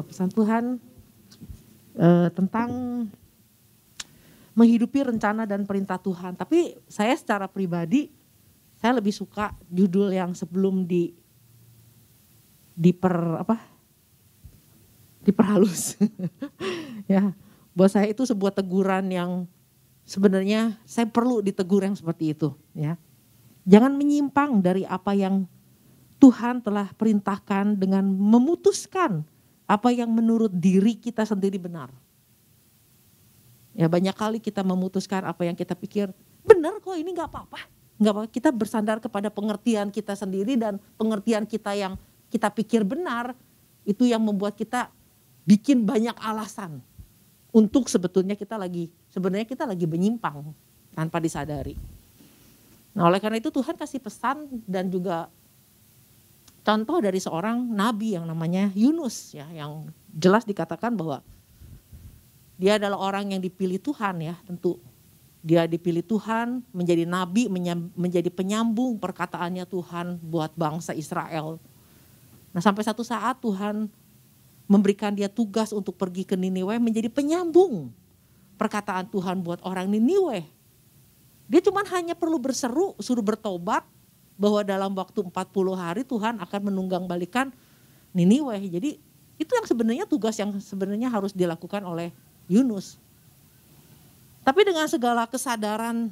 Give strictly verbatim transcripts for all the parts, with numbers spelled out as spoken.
uh, pesan Tuhan uh, tentang menghidupi rencana dan perintah Tuhan. Tapi saya secara pribadi, saya lebih suka judul yang sebelum di diper apa? diperhalus. Ya, buat saya itu sebuah teguran yang sebenarnya saya perlu ditegur yang seperti itu, ya. Jangan menyimpang dari apa yang Tuhan telah perintahkan dengan memutuskan apa yang menurut diri kita sendiri benar. Ya, banyak kali kita memutuskan apa yang kita pikir benar kok, ini nggak apa-apa, nggak apa. Kita bersandar kepada pengertian kita sendiri dan pengertian kita yang kita pikir benar itu yang membuat kita bikin banyak alasan untuk sebetulnya kita lagi sebenarnya kita lagi menyimpang tanpa disadari. Nah, oleh karena itu Tuhan kasih pesan dan juga contoh dari seorang nabi yang namanya Yunus, ya, yang jelas dikatakan bahwa dia adalah orang yang dipilih Tuhan, ya, tentu. Dia dipilih Tuhan menjadi nabi, menjadi penyambung perkataannya Tuhan buat bangsa Israel. Nah, sampai satu saat Tuhan memberikan dia tugas untuk pergi ke Niniwe menjadi penyambung perkataan Tuhan buat orang Niniwe. Dia cuma hanya perlu berseru, suruh bertobat bahwa dalam waktu empat puluh hari Tuhan akan menunggang balikan Niniwe. Jadi itu yang sebenarnya tugas yang sebenarnya harus dilakukan oleh Yunus. Tapi dengan segala kesadaran,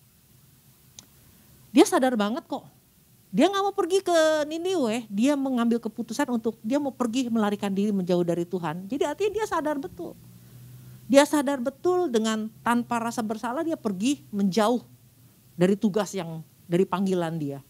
dia sadar banget kok. Dia gak mau pergi ke Niniwe, dia mengambil keputusan untuk dia mau pergi melarikan diri menjauh dari Tuhan. Jadi artinya dia sadar betul. Dia sadar betul dengan tanpa rasa bersalah dia pergi menjauh dari tugas yang, dari panggilan dia.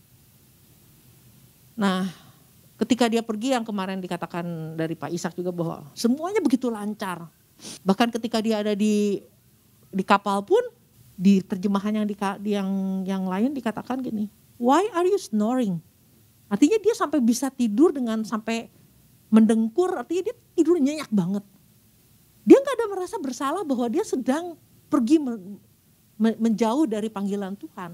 Nah, ketika dia pergi yang kemarin dikatakan dari Pak Ishak juga bahwa semuanya begitu lancar. Bahkan ketika dia ada di di kapal pun di terjemahan yang di, yang yang lain dikatakan gini, why are you snoring? Artinya dia sampai bisa tidur dengan sampai mendengkur, artinya dia tidur nyenyak banget. Dia nggak ada merasa bersalah bahwa dia sedang pergi men, men, menjauh dari panggilan Tuhan.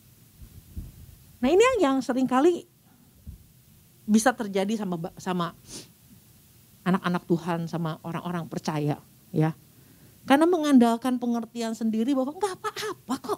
Nah, ini yang seringkali bisa terjadi sama sama anak-anak Tuhan, sama orang-orang percaya, ya. Karena mengandalkan pengertian sendiri bahwa enggak apa-apa kok.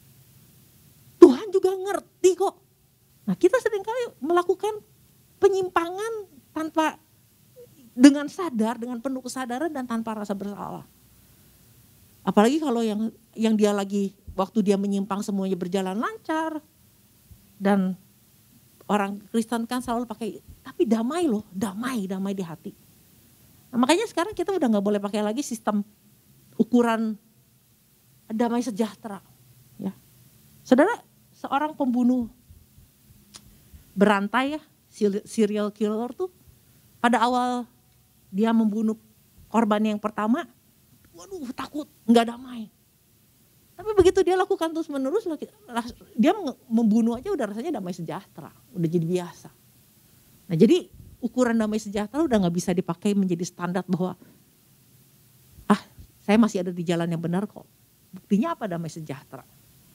Tuhan juga ngerti kok. Nah, kita seringkali melakukan penyimpangan tanpa dengan sadar, dengan penuh kesadaran dan tanpa rasa bersalah. Apalagi kalau yang yang dia lagi waktu dia menyimpang semuanya berjalan lancar dan orang Kristen kan selalu pakai tapi damai loh, damai, damai di hati. Nah, makanya sekarang kita udah nggak boleh pakai lagi sistem ukuran damai sejahtera, ya. Saudara, seorang pembunuh berantai, ya, serial killer tuh pada awal dia membunuh korban yang pertama, waduh takut, nggak damai. Tapi begitu dia lakukan terus menerus, dia membunuh aja udah rasanya damai sejahtera, udah jadi biasa. Nah, jadi ukuran damai sejahtera udah nggak bisa dipakai menjadi standar bahwa ah saya masih ada di jalan yang benar kok. Buktinya apa damai sejahtera?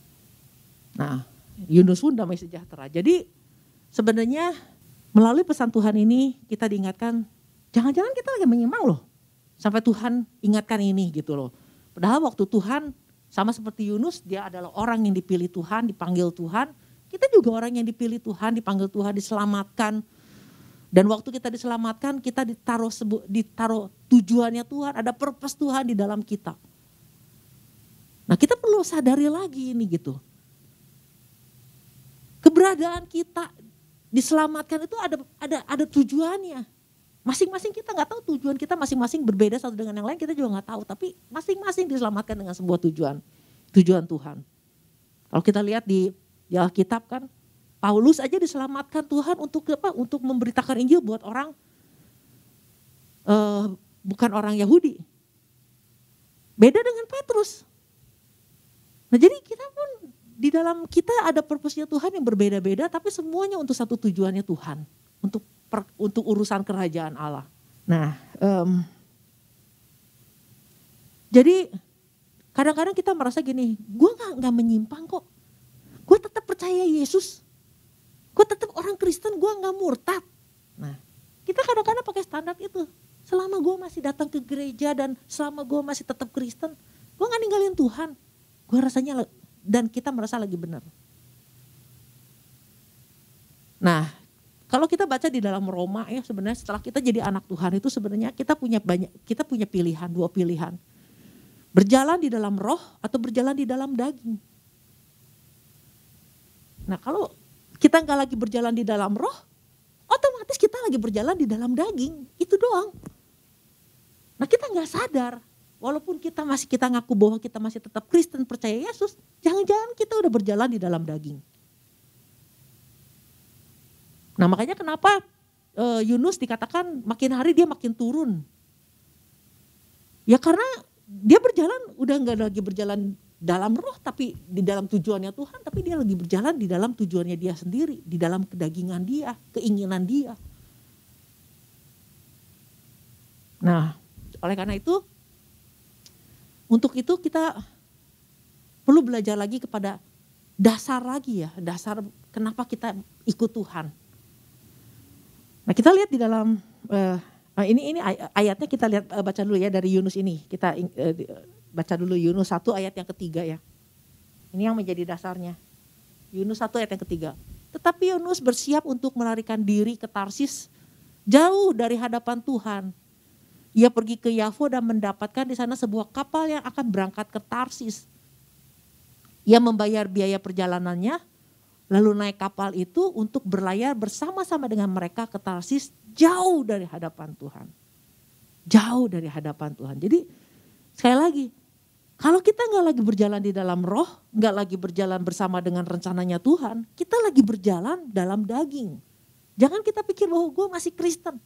Nah, Yunus pun damai sejahtera. Jadi sebenarnya melalui pesan Tuhan ini kita diingatkan, jangan-jangan kita lagi menyimpang loh. Sampai Tuhan ingatkan ini gitu loh. Padahal waktu Tuhan sama seperti Yunus, dia adalah orang yang dipilih Tuhan, dipanggil Tuhan. Kita juga orang yang dipilih Tuhan, dipanggil Tuhan, diselamatkan. Dan waktu kita diselamatkan, kita ditaruh, ditaruh tujuannya Tuhan, ada purpose Tuhan di dalam kita. Nah, kita perlu sadari lagi ini gitu. Keberadaan kita diselamatkan itu ada ada ada tujuannya. Masing-masing kita nggak tahu tujuan kita masing-masing berbeda satu dengan yang lain, kita juga nggak tahu. Tapi masing-masing diselamatkan dengan sebuah tujuan, tujuan Tuhan. Kalau kita lihat di, di Alkitab kan, Paulus aja diselamatkan Tuhan untuk apa? Untuk memberitakan Injil buat orang uh, bukan orang Yahudi. Beda dengan Petrus. Nah, jadi kita pun di dalam kita ada purpose-nya Tuhan yang berbeda-beda, tapi semuanya untuk satu tujuannya Tuhan, untuk per, untuk urusan kerajaan Allah. Nah, um, jadi kadang-kadang kita merasa gini, gue nggak nggak menyimpang kok, gue tetap percaya Yesus. Gue tetap orang Kristen, gue gak murtad. Nah, kita kadang-kadang pakai standar itu. Selama gue masih datang ke gereja dan selama gue masih tetap Kristen, gue gak ninggalin Tuhan. Gue rasanya, dan kita merasa lagi benar. Nah, kalau kita baca di dalam Roma ya, sebenarnya setelah kita jadi anak Tuhan itu sebenarnya kita punya banyak, kita punya pilihan, dua pilihan. Berjalan di dalam roh atau berjalan di dalam daging. Nah, kalau kita nggak lagi berjalan di dalam roh, otomatis kita lagi berjalan di dalam daging, itu doang. Nah, kita nggak sadar, walaupun kita masih kita ngaku bahwa kita masih tetap Kristen percaya Yesus, jangan-jangan kita udah berjalan di dalam daging. Nah, makanya kenapa uh, Yunus dikatakan makin hari dia makin turun. Ya karena dia berjalan, udah nggak lagi berjalan dalam roh tapi di dalam tujuannya Tuhan, tapi dia lagi berjalan di dalam tujuannya dia sendiri, di dalam kedagingan dia, keinginan dia. Nah, oleh karena itu, untuk itu kita perlu belajar lagi kepada dasar lagi ya, dasar kenapa kita ikut Tuhan. Nah, kita lihat di dalam uh, ini ini ayatnya kita lihat uh, baca dulu ya dari Yunus ini. Kita uh, baca dulu Yunus satu ayat yang ketiga ya. Ini yang menjadi dasarnya. Yunus satu ayat yang ketiga. Tetapi Yunus bersiap untuk melarikan diri ke Tarsis jauh dari hadapan Tuhan. Ia pergi ke Yafo dan mendapatkan di sana sebuah kapal yang akan berangkat ke Tarsis. Ia membayar biaya perjalanannya, lalu naik kapal itu untuk berlayar bersama-sama dengan mereka ke Tarsis jauh dari hadapan Tuhan. Jauh dari hadapan Tuhan. Jadi sekali lagi, kalau kita gak lagi berjalan di dalam roh, gak lagi berjalan bersama dengan rencananya Tuhan, kita lagi berjalan dalam daging. Jangan kita pikir bahwa gue masih Kristen.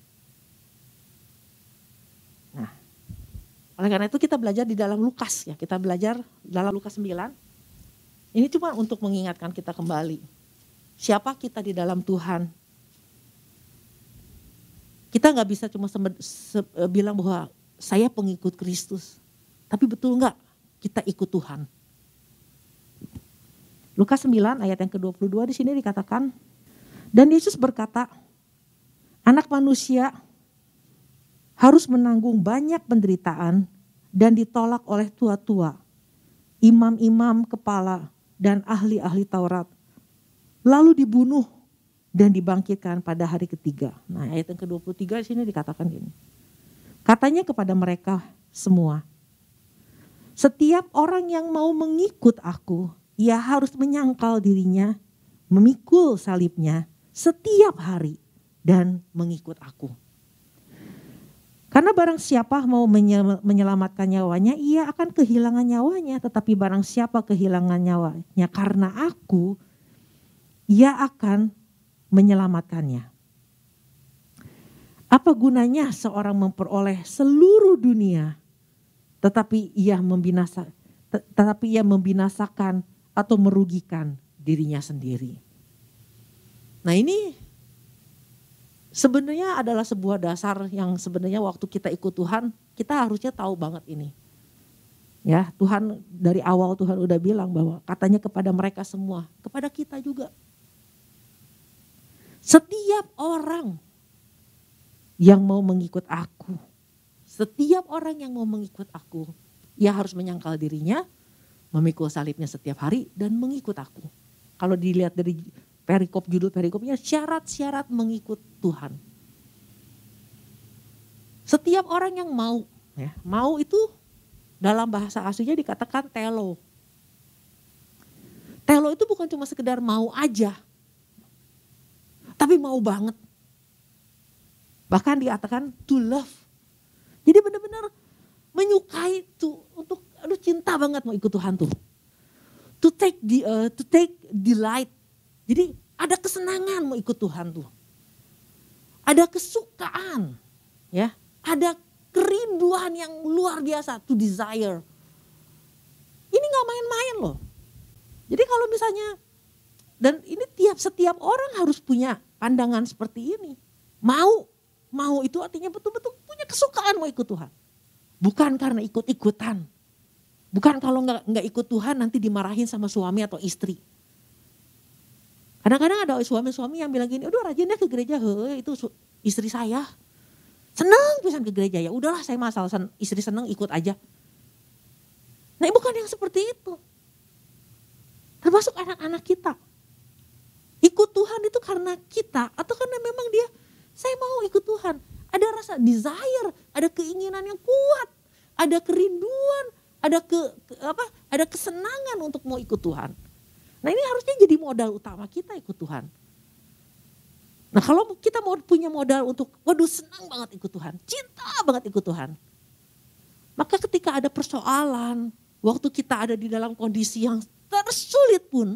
Nah, oleh karena itu kita belajar di dalam Lukas ya, kita belajar dalam Lukas sembilan. Ini cuma untuk mengingatkan kita kembali. Siapa kita di dalam Tuhan. Kita gak bisa cuma se- se- bilang bahwa saya pengikut Kristus. Tapi betul gak kita ikut Tuhan. Lukas sembilan ayat yang ke dua puluh dua di sini dikatakan. Dan Yesus berkata, anak manusia harus menanggung banyak penderitaan dan ditolak oleh tua-tua, imam-imam kepala, dan ahli-ahli Taurat. Lalu dibunuh dan dibangkitkan pada hari ketiga. Nah, ayat yang ke dua puluh tiga di sini dikatakan gini. Katanya kepada mereka semua, setiap orang yang mau mengikut aku, ia harus menyangkal dirinya, memikul salibnya setiap hari dan mengikut aku. Karena barang siapa mau menyelamatkan nyawanya, ia akan kehilangan nyawanya. Tetapi barang siapa kehilangan nyawanya karena aku, ia akan menyelamatkannya. Apa gunanya seorang memperoleh seluruh dunia, tetapi ia membinasa, tetapi ia membinasakan atau merugikan dirinya sendiri. Nah, ini sebenarnya adalah sebuah dasar yang sebenarnya waktu kita ikut Tuhan, kita harusnya tahu banget ini. Ya, Tuhan dari awal Tuhan udah bilang bahwa katanya kepada mereka semua, kepada kita juga. Setiap orang yang mau mengikut aku, setiap orang yang mau mengikut aku, ia harus menyangkal dirinya, memikul salibnya setiap hari dan mengikut aku. Kalau dilihat dari perikop, judul perikopnya syarat-syarat mengikut Tuhan. Setiap orang yang mau, ya, mau itu dalam bahasa aslinya dikatakan telo. Telo itu bukan cuma sekedar mau aja, tapi mau banget. Bahkan dikatakan to love. Jadi benar-benar menyukai tuh, untuk aduh cinta banget mau ikut Tuhan tuh. To take the uh, to take delight. Jadi ada kesenangan mau ikut Tuhan tuh. Ada kesukaan, ya. Ada kerinduan yang luar biasa, to desire. Ini gak main-main loh. Jadi kalau misalnya, dan ini tiap setiap orang harus punya pandangan seperti ini. Mau, mau itu artinya betul-betul punya kesukaan mau ikut Tuhan. Bukan karena ikut-ikutan. Bukan kalau gak, gak ikut Tuhan nanti dimarahin sama suami atau istri. Kadang-kadang ada suami-suami yang bilang gini, aduh rajinnya ke gereja, he, itu istri saya. Senang pisan ke gereja, ya udahlah saya masal sen, istri senang ikut aja. Nah bukan yang seperti itu. Termasuk anak-anak kita. Ikut Tuhan itu karena kita atau karena memang dia, saya mau ikut Tuhan. Ada rasa desire, ada keinginan yang kuat, ada kerinduan, ada ke, ke apa? Ada kesenangan untuk mau ikut Tuhan. Nah ini harusnya jadi modal utama kita ikut Tuhan. Nah kalau kita mau punya modal untuk, waduh senang banget ikut Tuhan, cinta banget ikut Tuhan. Maka ketika ada persoalan, waktu kita ada di dalam kondisi yang tersulit pun,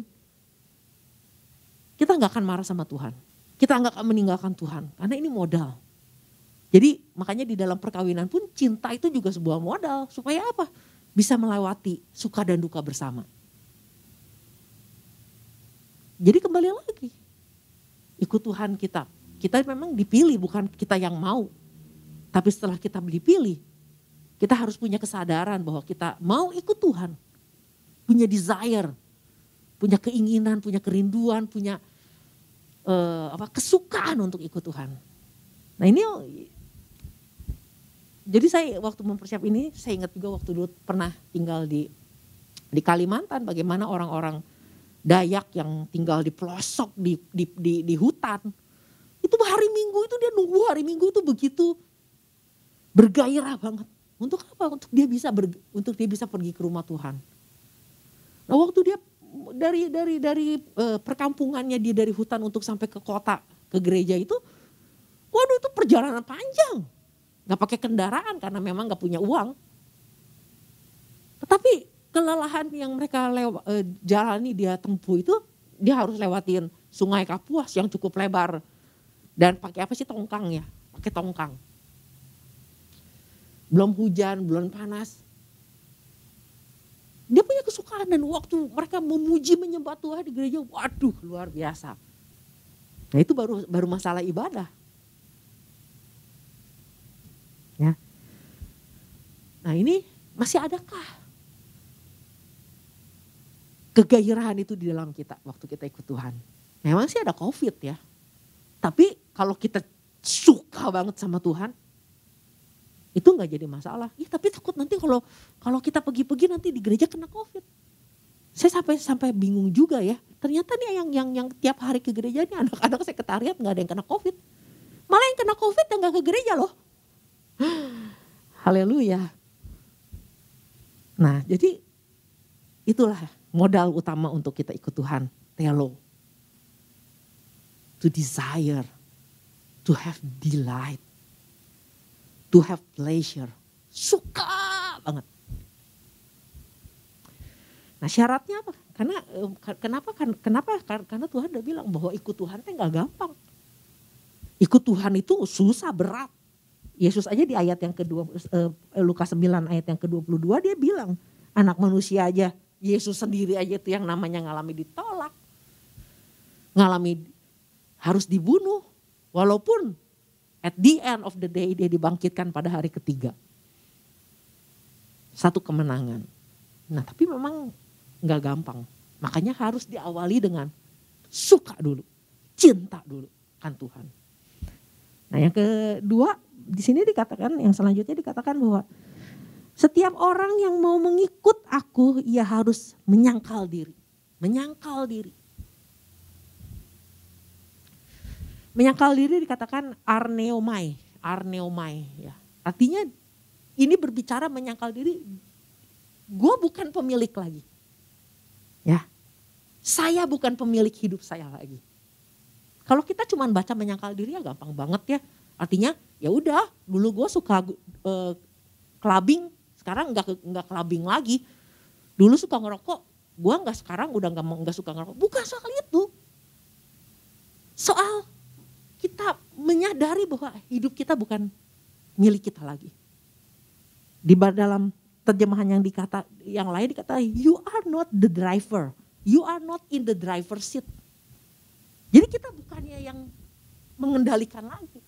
kita gak akan marah sama Tuhan. Kita gak akan meninggalkan Tuhan, karena ini modal. Jadi makanya di dalam perkawinan pun cinta itu juga sebuah modal. Supaya apa? Bisa melewati suka dan duka bersama. Jadi kembali lagi, ikut Tuhan kita. Kita memang dipilih, bukan kita yang mau. Tapi setelah kita dipilih, kita harus punya kesadaran bahwa kita mau ikut Tuhan. Punya desire, punya keinginan, punya kerinduan, punya uh, apa, kesukaan untuk ikut Tuhan. Nah ini, jadi saya waktu mempersiap ini, saya ingat juga waktu dulu pernah tinggal di di Kalimantan, bagaimana orang-orang Dayak yang tinggal di pelosok, di, di, di, di hutan. Itu hari Minggu itu dia nunggu hari Minggu itu begitu bergairah banget. Untuk apa? Untuk dia bisa ber, untuk dia bisa pergi ke rumah Tuhan. Nah waktu dia dari dari dari uh, perkampungannya dia dari hutan untuk sampai ke kota, ke gereja itu, waduh itu perjalanan panjang. Gak pakai kendaraan karena memang gak punya uang. Tetapi kelelahan yang mereka lew, uh, jalani dia tempuh itu, dia harus lewatin Sungai Kapuas yang cukup lebar. Dan pakai apa sih, tongkang ya, pakai tongkang. Belum hujan, belum panas. Dia punya kesukaan dan waktu mereka memuji menyembah Tuhan di gereja, waduh luar biasa. Nah itu baru baru masalah ibadah. Ya. Nah ini masih adakah kegairahan itu di dalam kita waktu kita ikut Tuhan? Memang sih ada COVID ya. Tapi kalau kita suka banget sama Tuhan, itu nggak jadi masalah. Ya tapi takut nanti kalau kalau kita pergi-pergi nanti di gereja kena COVID. Saya sampai sampai bingung juga ya. Ternyata nih yang yang yang tiap hari ke gereja nih anak-anak sekretariat nggak ada yang kena COVID. Malah yang kena COVID yang nggak ke gereja loh. Haleluya. Nah jadi itulah modal utama untuk kita ikut Tuhan. Telo. To desire. To have delight. To have pleasure. Suka banget. Nah syaratnya apa? Karena kenapa? Kenapa? Karena Tuhan udah bilang bahwa ikut Tuhan itu gak gampang. Ikut Tuhan itu susah, berat. Yesus aja di ayat yang kedua, Lukas sembilan ayat yang kedua puluh dua dia bilang, anak manusia aja, Yesus sendiri aja itu yang namanya ngalami ditolak. Ngalami harus dibunuh. Walaupun at the end of the day dia dibangkitkan pada hari ketiga. Satu kemenangan. Nah tapi memang gak gampang. Makanya harus diawali dengan suka dulu. Cinta dulu kan Tuhan. Nah yang kedua di sini dikatakan, yang selanjutnya dikatakan bahwa setiap orang yang mau mengikut aku ia harus menyangkal diri. Menyangkal diri. Menyangkal diri dikatakan arneomai, arneomai ya. Artinya ini berbicara menyangkal diri, gue bukan pemilik lagi. Ya. Saya bukan pemilik hidup saya lagi. Kalau kita cuma baca menyangkal diri ya gampang banget ya. Artinya ya udah, dulu gue suka uh, clubbing, sekarang enggak enggak clubbing lagi. Dulu suka ngerokok, gue enggak, sekarang udah enggak enggak suka ngerokok. Bukan soal itu. Soal kita menyadari bahwa hidup kita bukan milik kita lagi. Di dalam terjemahan yang dikata yang lain dikata you are not the driver. You are not in the driver's seat. Jadi kita bukannya yang mengendalikan lagi.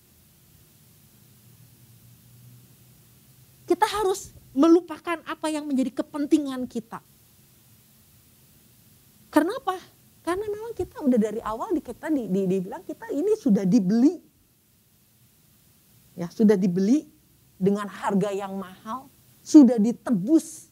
Kita harus melupakan apa yang menjadi kepentingan kita. Kenapa? Karena memang kita udah dari awal di kita di, di, dibilang kita ini sudah dibeli. ya, sudah dibeli dengan harga yang mahal, sudah ditebus.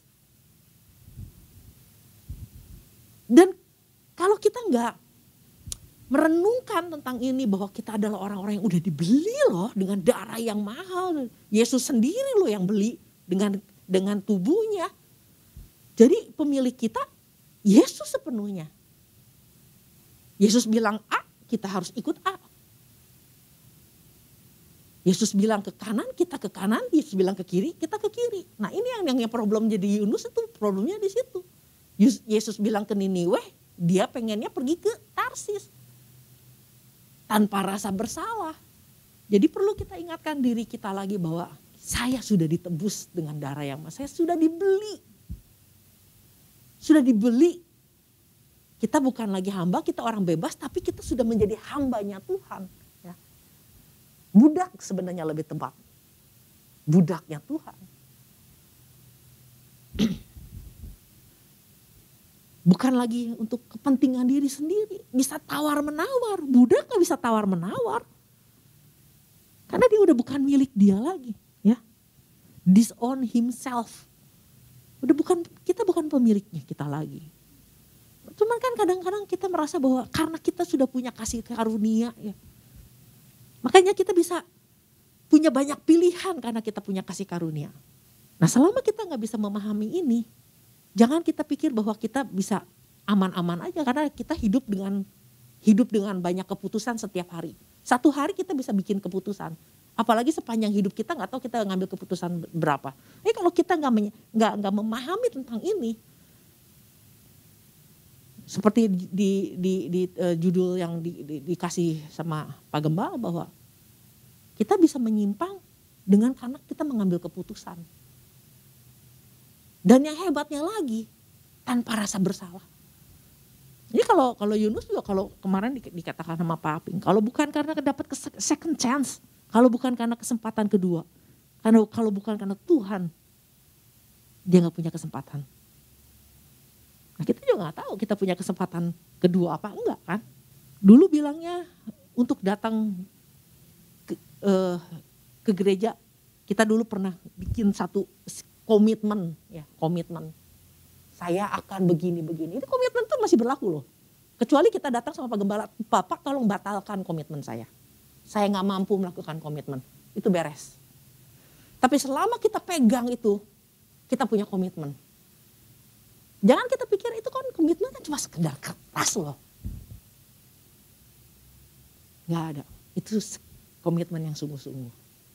Dan kalau kita nggak merenungkan tentang ini bahwa kita adalah orang-orang yang udah dibeli loh dengan darah yang mahal. Yesus sendiri loh yang beli dengan dengan tubuhnya. Jadi pemilik kita Yesus sepenuhnya. Yesus bilang A, kita harus ikut A. Yesus bilang ke kanan, kita ke kanan. Yesus bilang ke kiri, kita ke kiri. Nah ini yang yang problem jadi Yunus itu problemnya di situ. Yesus bilang ke Niniwe, dia pengennya pergi ke Tarsis. Tanpa rasa bersalah. Jadi perlu kita ingatkan diri kita lagi bahwa saya sudah ditebus dengan darah yang mahal. Saya sudah dibeli. Sudah dibeli. Kita bukan lagi hamba, kita orang bebas, tapi kita sudah menjadi hambanya Tuhan. Ya. Budak sebenarnya lebih tepat. Budaknya Tuhan. Bukan lagi untuk kepentingan diri sendiri. Bisa tawar menawar. Budak gak bisa tawar menawar. Karena dia udah bukan milik dia lagi. Ya. Disown himself. Udah bukan, kita bukan pemiliknya kita lagi. Cuman kan kadang-kadang kita merasa bahwa karena kita sudah punya kasih karunia. Ya, makanya kita bisa punya banyak pilihan karena kita punya kasih karunia. Nah selama kita gak bisa memahami ini. Jangan kita pikir bahwa kita bisa aman-aman aja karena kita hidup dengan hidup dengan banyak keputusan setiap hari. Satu hari kita bisa bikin keputusan. Apalagi sepanjang hidup kita nggak tahu kita ngambil keputusan berapa. Eh kalau kita nggak nggak nggak memahami tentang ini, seperti di di, di uh, judul yang di, di, dikasih sama Pak Gembala bahwa kita bisa menyimpang dengan karena kita mengambil keputusan. Dan yang hebatnya lagi, tanpa rasa bersalah. Jadi kalau kalau Yunus juga kalau kemarin di, dikatakan sama Pak Aping, kalau bukan karena dapat second chance, kalau bukan karena kesempatan kedua, karena kalau bukan karena Tuhan, dia nggak punya kesempatan. Nah kita juga nggak tahu kita punya kesempatan kedua apa enggak kan? Dulu bilangnya untuk datang ke, uh, ke gereja, kita dulu pernah bikin satu komitmen, ya komitmen. Saya akan begini-begini. Ini komitmen tuh masih berlaku loh. Kecuali kita datang sama Pak Gembala, Bapak tolong batalkan komitmen saya. Saya gak mampu melakukan komitmen. Itu beres. Tapi selama kita pegang itu, kita punya komitmen. Jangan kita pikir itu kan komitmen kan cuma sekedar kertas loh. Gak ada. Itu komitmen yang sungguh-sungguh.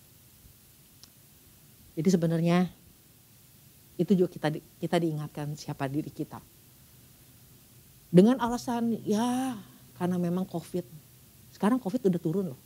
Jadi sebenarnya itu juga kita kita diingatkan siapa diri kita. Dengan alasan ya karena memang COVID. Sekarang COVID udah turun loh.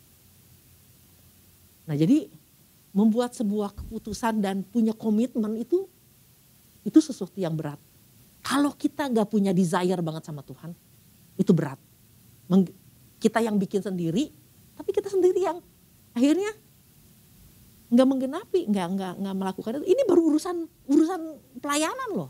Nah jadi membuat sebuah keputusan dan punya komitmen itu itu sesuatu yang berat. Kalau kita gak punya desire banget sama Tuhan, itu berat. Kita yang bikin sendiri, tapi kita sendiri yang akhirnya nggak menggenapi, nggak nggak nggak melakukan itu. Ini baru urusan urusan pelayanan loh.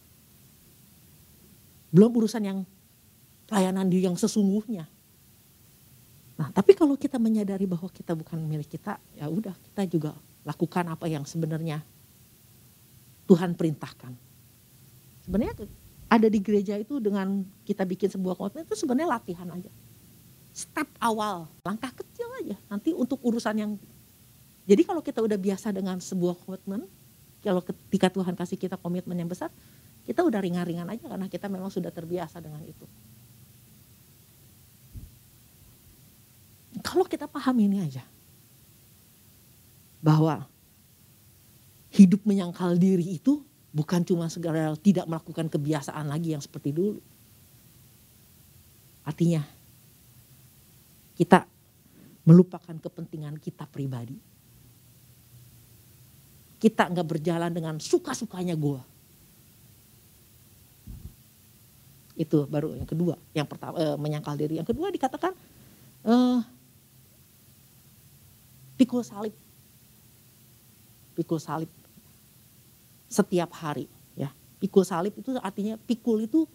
Belum urusan yang pelayanan di yang sesungguhnya. Nah, tapi kalau kita menyadari bahwa kita bukan milik kita, ya udah kita juga lakukan apa yang sebenarnya Tuhan perintahkan. Sebenarnya ada di gereja itu dengan kita bikin sebuah komitmen itu sebenarnya latihan aja. Step awal, langkah kecil aja. Nanti untuk urusan yang jadi kalau kita udah biasa dengan sebuah komitmen, kalau ketika Tuhan kasih kita komitmen yang besar, kita udah ringan-ringan aja karena kita memang sudah terbiasa dengan itu. Kalau kita paham ini aja, bahwa hidup menyangkal diri itu bukan cuma segera tidak melakukan kebiasaan lagi yang seperti dulu. Artinya kita melupakan kepentingan kita pribadi. Kita nggak berjalan dengan suka-sukanya gue. Itu baru yang kedua. Yang pertama eh, menyangkal diri. Yang kedua dikatakan eh, pikul salib. Pikul salib setiap hari. Ya, pikul salib itu artinya pikul itu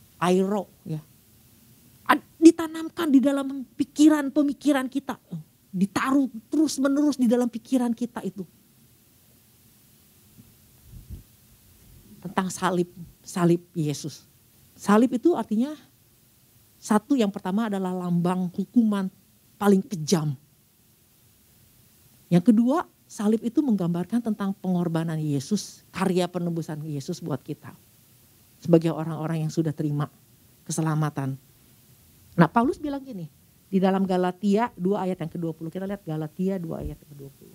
airo. Ya, ditanamkan di dalam pikiran pemikiran kita. ditaruh terus menerus di dalam pikiran kita itu. Tentang salib, salib Yesus. Salib itu artinya satu, yang pertama adalah lambang hukuman paling kejam. Yang kedua, salib itu menggambarkan tentang pengorbanan Yesus, karya penebusan Yesus buat kita. Sebagai orang-orang yang sudah terima keselamatan. Nah, Paulus bilang gini, di dalam Galatia dua ayat yang ke dua puluh. Kita lihat Galatia dua ayat yang ke dua puluh.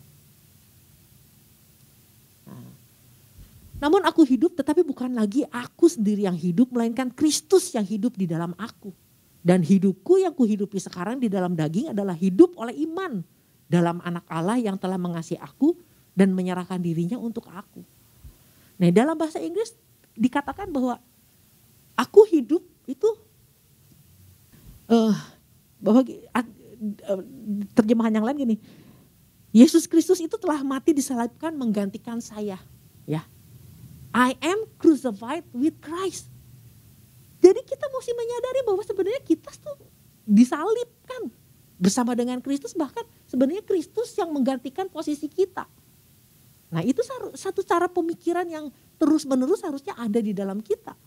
Nah, namun aku hidup tetapi bukan lagi aku sendiri yang hidup, melainkan Kristus yang hidup di dalam aku. Dan hidupku yang kuhidupi sekarang di dalam daging adalah hidup oleh iman dalam anak Allah yang telah mengasihi aku dan menyerahkan dirinya untuk aku. Nah, dalam bahasa Inggris dikatakan bahwa aku hidup itu uh, bahwa uh, terjemahan yang lain gini, Yesus Kristus itu telah mati disalibkan menggantikan saya, ya. I am crucified with Christ. Jadi kita mesti menyadari bahwa sebenarnya kita tuh disalibkan bersama dengan Kristus, bahkan sebenarnya Kristus yang menggantikan posisi kita. Nah, itu satu cara pemikiran yang terus-menerus harusnya ada di dalam kita.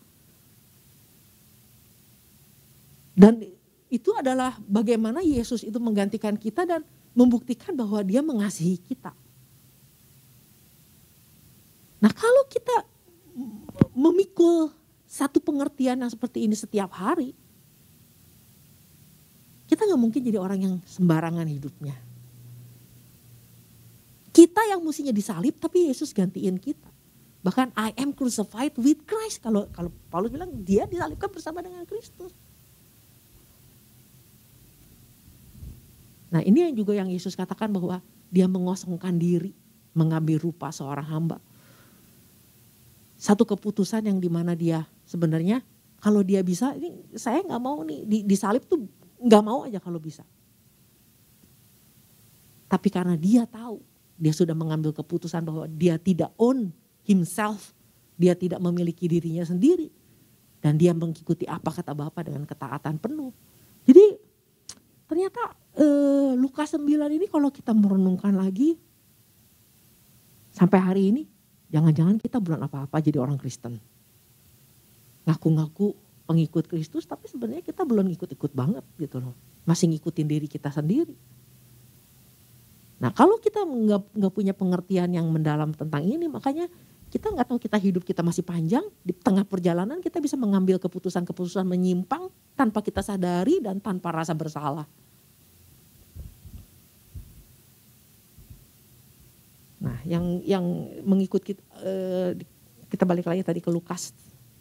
Dan itu adalah bagaimana Yesus itu menggantikan kita dan membuktikan bahwa Dia mengasihi kita. Nah, kalau kita memikul satu pengertian yang seperti ini setiap hari, kita gak mungkin jadi orang yang sembarangan hidupnya. Kita yang mestinya disalib, tapi Yesus gantiin kita. Bahkan I am crucified with Christ. Kalau kalau Paulus bilang dia disalibkan bersama dengan Kristus. Nah, ini yang juga yang Yesus katakan bahwa Dia mengosongkan diri, mengambil rupa seorang hamba. Satu keputusan yang dimana Dia sebenarnya kalau Dia bisa, ini saya nggak mau nih di, disalib tuh nggak mau aja kalau bisa. Tapi karena Dia tahu, Dia sudah mengambil keputusan bahwa Dia tidak own himself, Dia tidak memiliki dirinya sendiri, dan Dia mengikuti apa kata Bapa dengan ketaatan penuh. Jadi ternyata eh, Lukas sembilan ini kalau kita merenungkan lagi sampai hari ini, jangan-jangan kita belum apa-apa jadi orang Kristen. Ngaku-ngaku pengikut Kristus, tapi sebenarnya kita belum ikut-ikut banget gitu loh. Masih ngikutin diri kita sendiri. Nah, kalau kita nggak nggak punya pengertian yang mendalam tentang ini, makanya kita nggak tahu kita hidup kita masih panjang, di tengah perjalanan kita bisa mengambil keputusan-keputusan menyimpang tanpa kita sadari dan tanpa rasa bersalah. Nah, yang yang mengikut kita, eh, kita balik lagi tadi ke Lukas.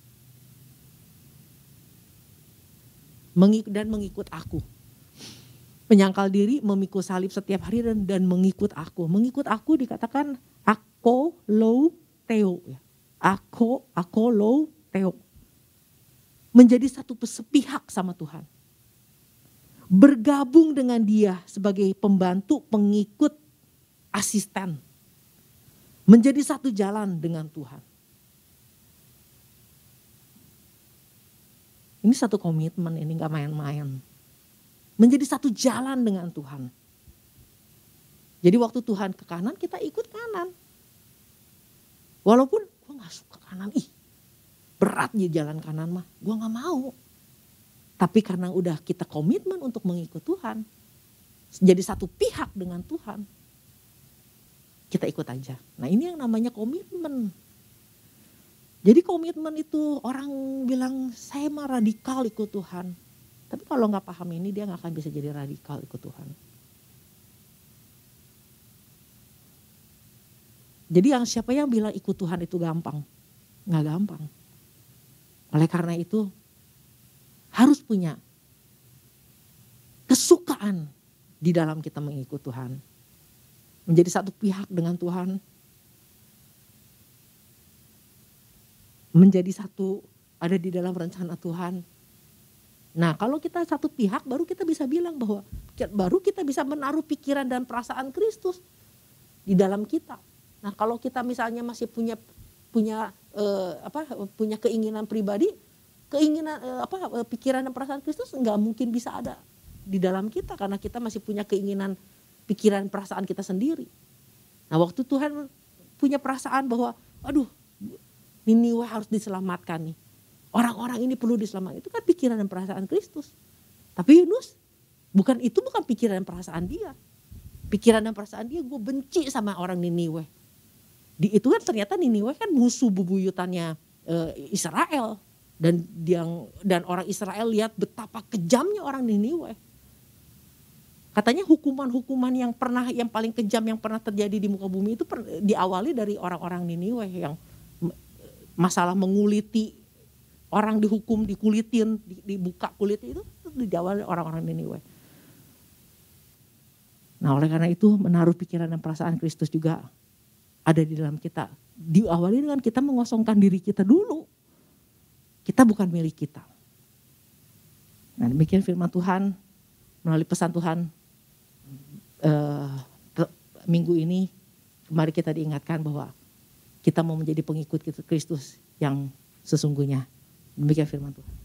Mengikut dan mengikut aku. Menyangkal diri, memikul salib setiap hari dan, dan mengikut aku. Mengikut aku dikatakan ako lo teo. Ako, ako lo teo. Menjadi satu sepihak sama Tuhan. Bergabung dengan Dia sebagai pembantu, pengikut, asisten. Menjadi satu jalan dengan Tuhan. Ini satu komitmen, ini gak main-main. Menjadi satu jalan dengan Tuhan. Jadi waktu Tuhan ke kanan, kita ikut kanan. Walaupun gue gak suka kanan, ih berat nih jalan kanan mah, gue gak mau. Tapi karena udah kita komitmen untuk mengikut Tuhan, jadi satu pihak dengan Tuhan, kita ikut aja. Nah, ini yang namanya komitmen. Jadi komitmen itu orang bilang saya mah radikal ikut Tuhan. Tapi kalau gak paham ini dia gak akan bisa jadi radikal ikut Tuhan. Jadi yang siapa yang bilang ikut Tuhan itu gampang? Gak gampang. Oleh karena itu harus punya kesukaan di dalam kita mengikut Tuhan. Menjadi satu pihak dengan Tuhan. Menjadi satu, ada di dalam rencana Tuhan. Nah, kalau kita satu pihak baru kita bisa bilang bahwa baru kita bisa menaruh pikiran dan perasaan Kristus di dalam kita. Nah, kalau kita misalnya masih punya punya eh, apa punya keinginan pribadi, keinginan eh, apa pikiran dan perasaan Kristus nggak mungkin bisa ada di dalam kita karena kita masih punya keinginan pikiran perasaan kita sendiri. Nah waktu Tuhan punya perasaan bahwa aduh Niniwe harus diselamatkan nih. Orang-orang ini perlu diselamatkan. Itu kan pikiran dan perasaan Kristus. Tapi Yunus bukan itu bukan pikiran dan perasaan dia. Pikiran dan perasaan dia gue benci sama orang Niniwe. Di itu kan ternyata Niniwe kan musuh bebuyutannya e, Israel. Dan yang dan orang Israel lihat betapa kejamnya orang Niniwe. Katanya hukuman-hukuman yang pernah yang paling kejam yang pernah terjadi di muka bumi itu per, diawali dari orang-orang Niniwe yang masalah menguliti orang dihukum dikulitin dibuka kulit itu, itu diawali orang-orang Niniwe. Nah oleh karena itu menaruh pikiran dan perasaan Kristus juga ada di dalam kita. Diawali dengan kita mengosongkan diri kita dulu. Kita bukan milik kita. Nah demikian firman Tuhan melalui pesan Tuhan uh, minggu ini. Mari kita diingatkan bahwa kita mau menjadi pengikut Kristus yang sesungguhnya. Demikian firman Tuhan.